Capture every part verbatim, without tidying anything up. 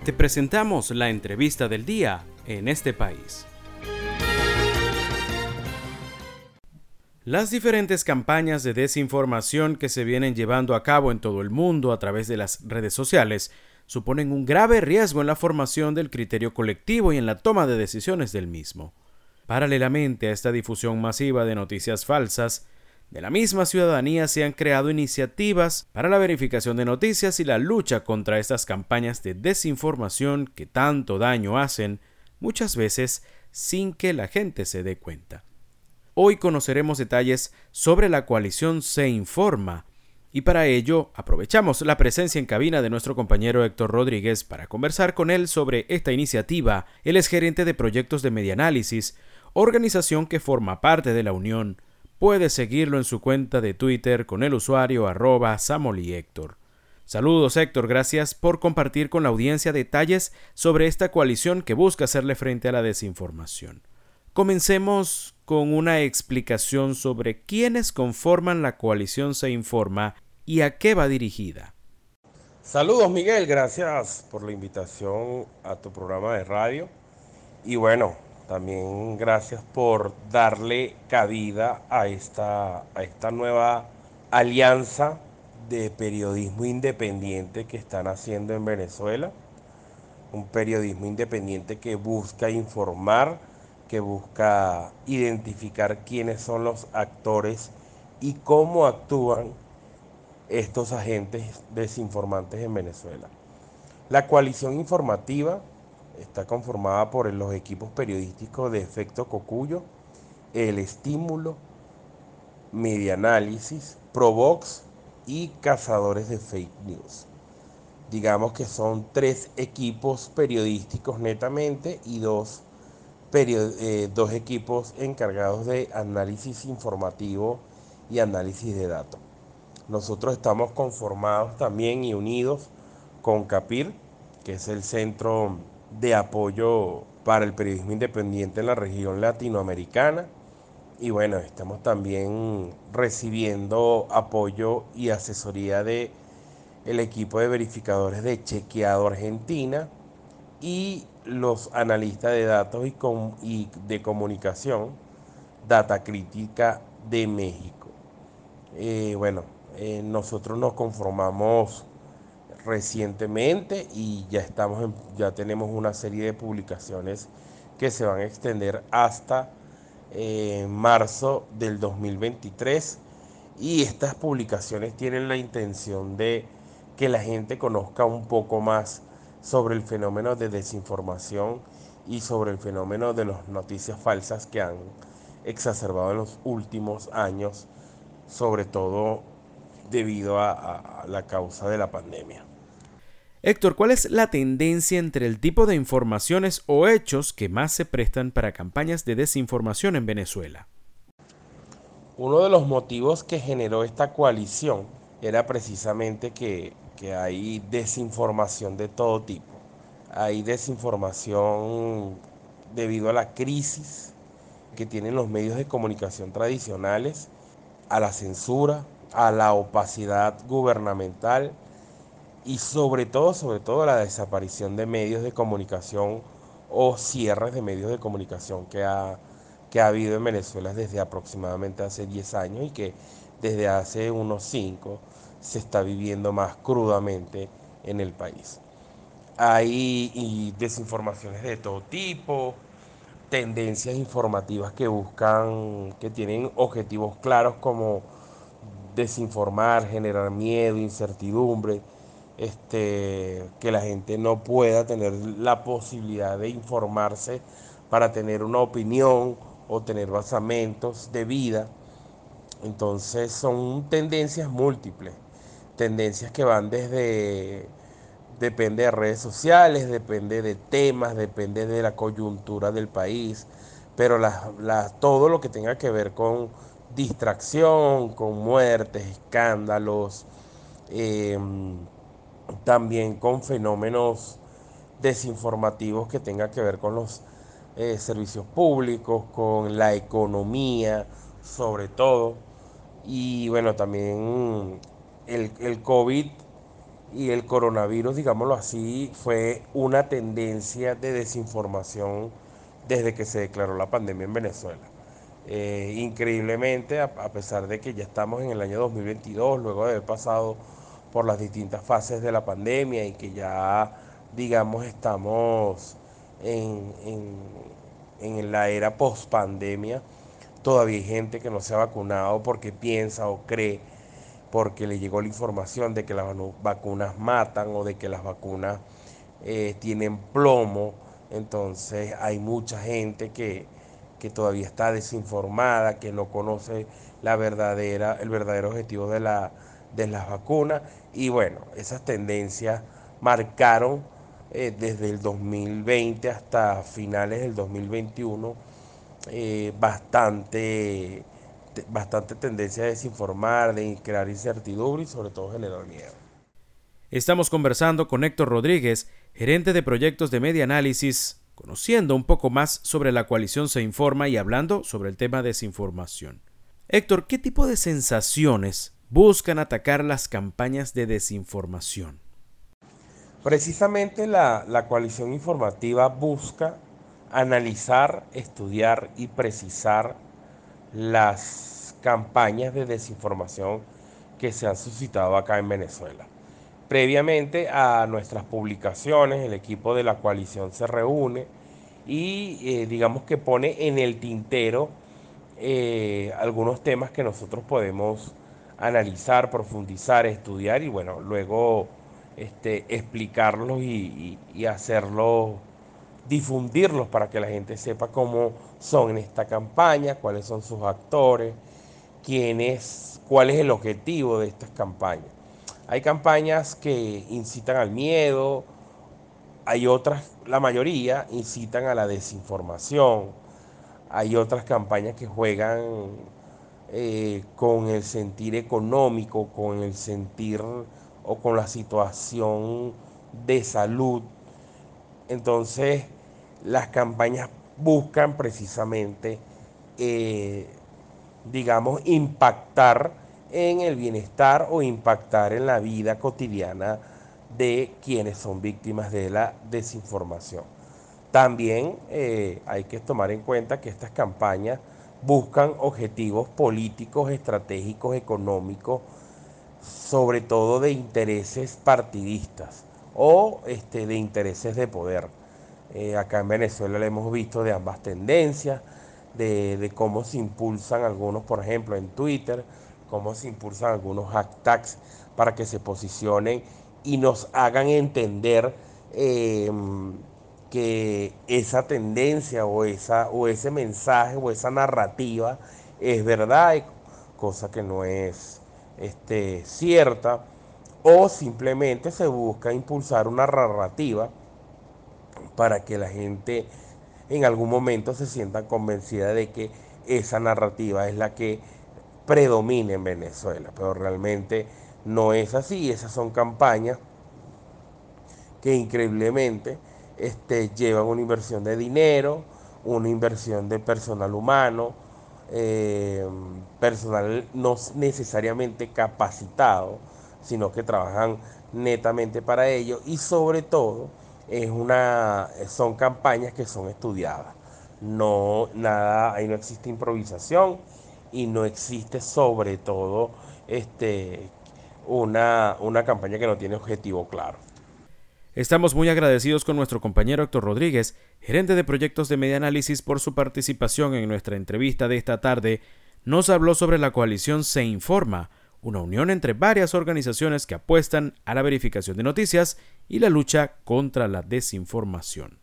Te presentamos la entrevista del día en este país. Las diferentes campañas de desinformación que se vienen llevando a cabo en todo el mundo a través de las redes sociales suponen un grave riesgo en la formación del criterio colectivo y en la toma de decisiones del mismo. Paralelamente a esta difusión masiva de noticias falsas, de la misma ciudadanía se han creado iniciativas para la verificación de noticias y la lucha contra estas campañas de desinformación que tanto daño hacen, muchas veces sin que la gente se dé cuenta. Hoy conoceremos detalles sobre la coalición Se Informa y para ello aprovechamos la presencia en cabina de nuestro compañero Héctor Rodríguez para conversar con él sobre esta iniciativa. Él es gerente de proyectos de Medianálisis, organización que forma parte de la Unión. Puede seguirlo en su cuenta de Twitter con el usuario arroba samolihéctor. Saludos Héctor, gracias por compartir con la audiencia detalles sobre esta coalición que busca hacerle frente a la desinformación. Comencemos con una explicación sobre quiénes conforman la coalición Se Informa y a qué va dirigida. Saludos Miguel, gracias por la invitación a tu programa de radio y bueno, también gracias por darle cabida a esta, a esta nueva alianza de periodismo independiente que están haciendo en Venezuela. Un periodismo independiente que busca informar, que busca identificar quiénes son los actores y cómo actúan estos agentes desinformantes en Venezuela. La coalición informativa está conformada por los equipos periodísticos de Efecto Cocuyo, El Estímulo, Medianálisis, Provox y Cazadores de Fake News. Digamos que son tres equipos periodísticos netamente y dos, period- eh, dos equipos encargados de análisis informativo y análisis de datos. Nosotros estamos conformados también y unidos con CAPIR, que es el Centro de Apoyo para el Periodismo Independiente en la región latinoamericana. Y bueno, estamos también recibiendo apoyo y asesoría de el equipo de verificadores de Chequeado Argentina y los analistas de datos y, com y de comunicación Data Crítica de México. Eh, bueno, eh, nosotros nos conformamos recientemente y ya estamos en, ya tenemos una serie de publicaciones que se van a extender hasta eh, marzo del dos mil veintitrés y estas publicaciones tienen la intención de que la gente conozca un poco más sobre el fenómeno de desinformación y sobre el fenómeno de las noticias falsas que han exacerbado en los últimos años, sobre todo debido a, a, a la causa de la pandemia. Héctor, ¿cuál es la tendencia entre el tipo de informaciones o hechos que más se prestan para campañas de desinformación en Venezuela? Uno de los motivos que generó esta coalición era precisamente que, que hay desinformación de todo tipo. Hay desinformación debido a la crisis que tienen los medios de comunicación tradicionales, a la censura, a la opacidad gubernamental y sobre todo, sobre todo a la desaparición de medios de comunicación o cierres de medios de comunicación que ha, que ha habido en Venezuela desde aproximadamente hace diez años y que desde hace unos cinco se está viviendo más crudamente en el país. Hay y desinformaciones de todo tipo, tendencias informativas que buscan, que tienen objetivos claros como desinformar, generar miedo, incertidumbre, este, que la gente no pueda tener la posibilidad de informarse para tener una opinión o tener basamentos de vida. Entonces son tendencias múltiples, tendencias que van desde, depende de redes sociales, depende de temas, depende de la coyuntura del país, pero la, la, todo lo que tenga que ver con distracción, con muertes, escándalos, eh, también con fenómenos desinformativos que tengan que ver con los eh, servicios públicos, con la economía, sobre todo. Y bueno, también el, el COVID y el coronavirus, digámoslo así, fue una tendencia de desinformación desde que se declaró la pandemia en Venezuela. Eh, increíblemente, a, a pesar de que ya estamos en el año dos mil veintidós, luego de haber pasado por las distintas fases de la pandemia y que ya, digamos, estamos en, en, en la era post-pandemia, todavía hay gente que no se ha vacunado porque piensa o cree, porque le llegó la información de que las vacunas matan o de que las vacunas eh, tienen plomo. Entonces hay mucha gente que, que todavía está desinformada, que no conoce la verdadera, el verdadero objetivo de, la, de las vacunas. Y bueno, esas tendencias marcaron eh, desde el dos mil veinte hasta finales del dos mil veintiuno eh, bastante, bastante tendencia a desinformar, de crear incertidumbre y sobre todo generar miedo. Estamos conversando con Héctor Rodríguez, gerente de proyectos de Media Análisis, conociendo un poco más sobre la coalición Se Informa y hablando sobre el tema desinformación. Héctor, ¿qué tipo de sensaciones buscan atacar las campañas de desinformación? Precisamente la, la coalición informativa busca analizar, estudiar y precisar las campañas de desinformación que se han suscitado acá en Venezuela. Previamente a nuestras publicaciones, el equipo de la coalición se reúne y eh, digamos que pone en el tintero eh, algunos temas que nosotros podemos analizar, profundizar, estudiar y bueno, luego este, explicarlos y, y, y hacerlos, difundirlos para que la gente sepa cómo son en esta campaña, cuáles son sus actores, quién es, cuál es el objetivo de estas campañas. Hay campañas que incitan al miedo, hay otras, la mayoría, incitan a la desinformación, hay otras campañas que juegan eh, con el sentir económico, con el sentir o con la situación de salud. Entonces, las campañas buscan precisamente, eh, digamos, impactar en el bienestar o impactar en la vida cotidiana de quienes son víctimas de la desinformación. También eh, hay que tomar en cuenta que estas campañas buscan objetivos políticos, estratégicos, económicos, sobre todo de intereses partidistas o este, de intereses de poder. Eh, acá en Venezuela lo hemos visto de ambas tendencias, de, de cómo se impulsan algunos, por ejemplo, en Twitter, cómo se impulsan algunos hashtags para que se posicionen y nos hagan entender eh, que esa tendencia o, esa, o ese mensaje o esa narrativa es verdad, cosa que no es este, cierta, o simplemente se busca impulsar una narrativa para que la gente en algún momento se sienta convencida de que esa narrativa es la que predomina en Venezuela, pero realmente no es así. Esas son campañas que increíblemente este, llevan una inversión de dinero, una inversión de personal humano, eh, personal no necesariamente capacitado, sino que trabajan netamente para ello y sobre todo es una, son campañas que son estudiadas. No, nada, ahí no existe improvisación y no existe sobre todo este, una, una campaña que no tiene objetivo claro. Estamos muy agradecidos con nuestro compañero Héctor Rodríguez, gerente de proyectos de Media Análisis, por su participación en nuestra entrevista de esta tarde. Nos habló sobre la coalición Se Informa, una unión entre varias organizaciones que apuestan a la verificación de noticias y la lucha contra la desinformación.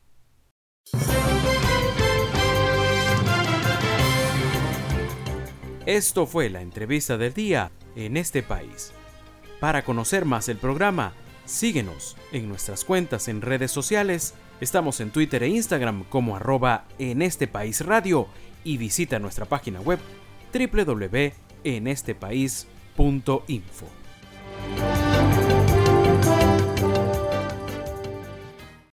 Esto fue la entrevista del día en este país. Para conocer más el programa, síguenos en nuestras cuentas en redes sociales. Estamos en Twitter e Instagram como arroba en este país radio y visita nuestra página web doble u doble u doble u punto en este país punto info.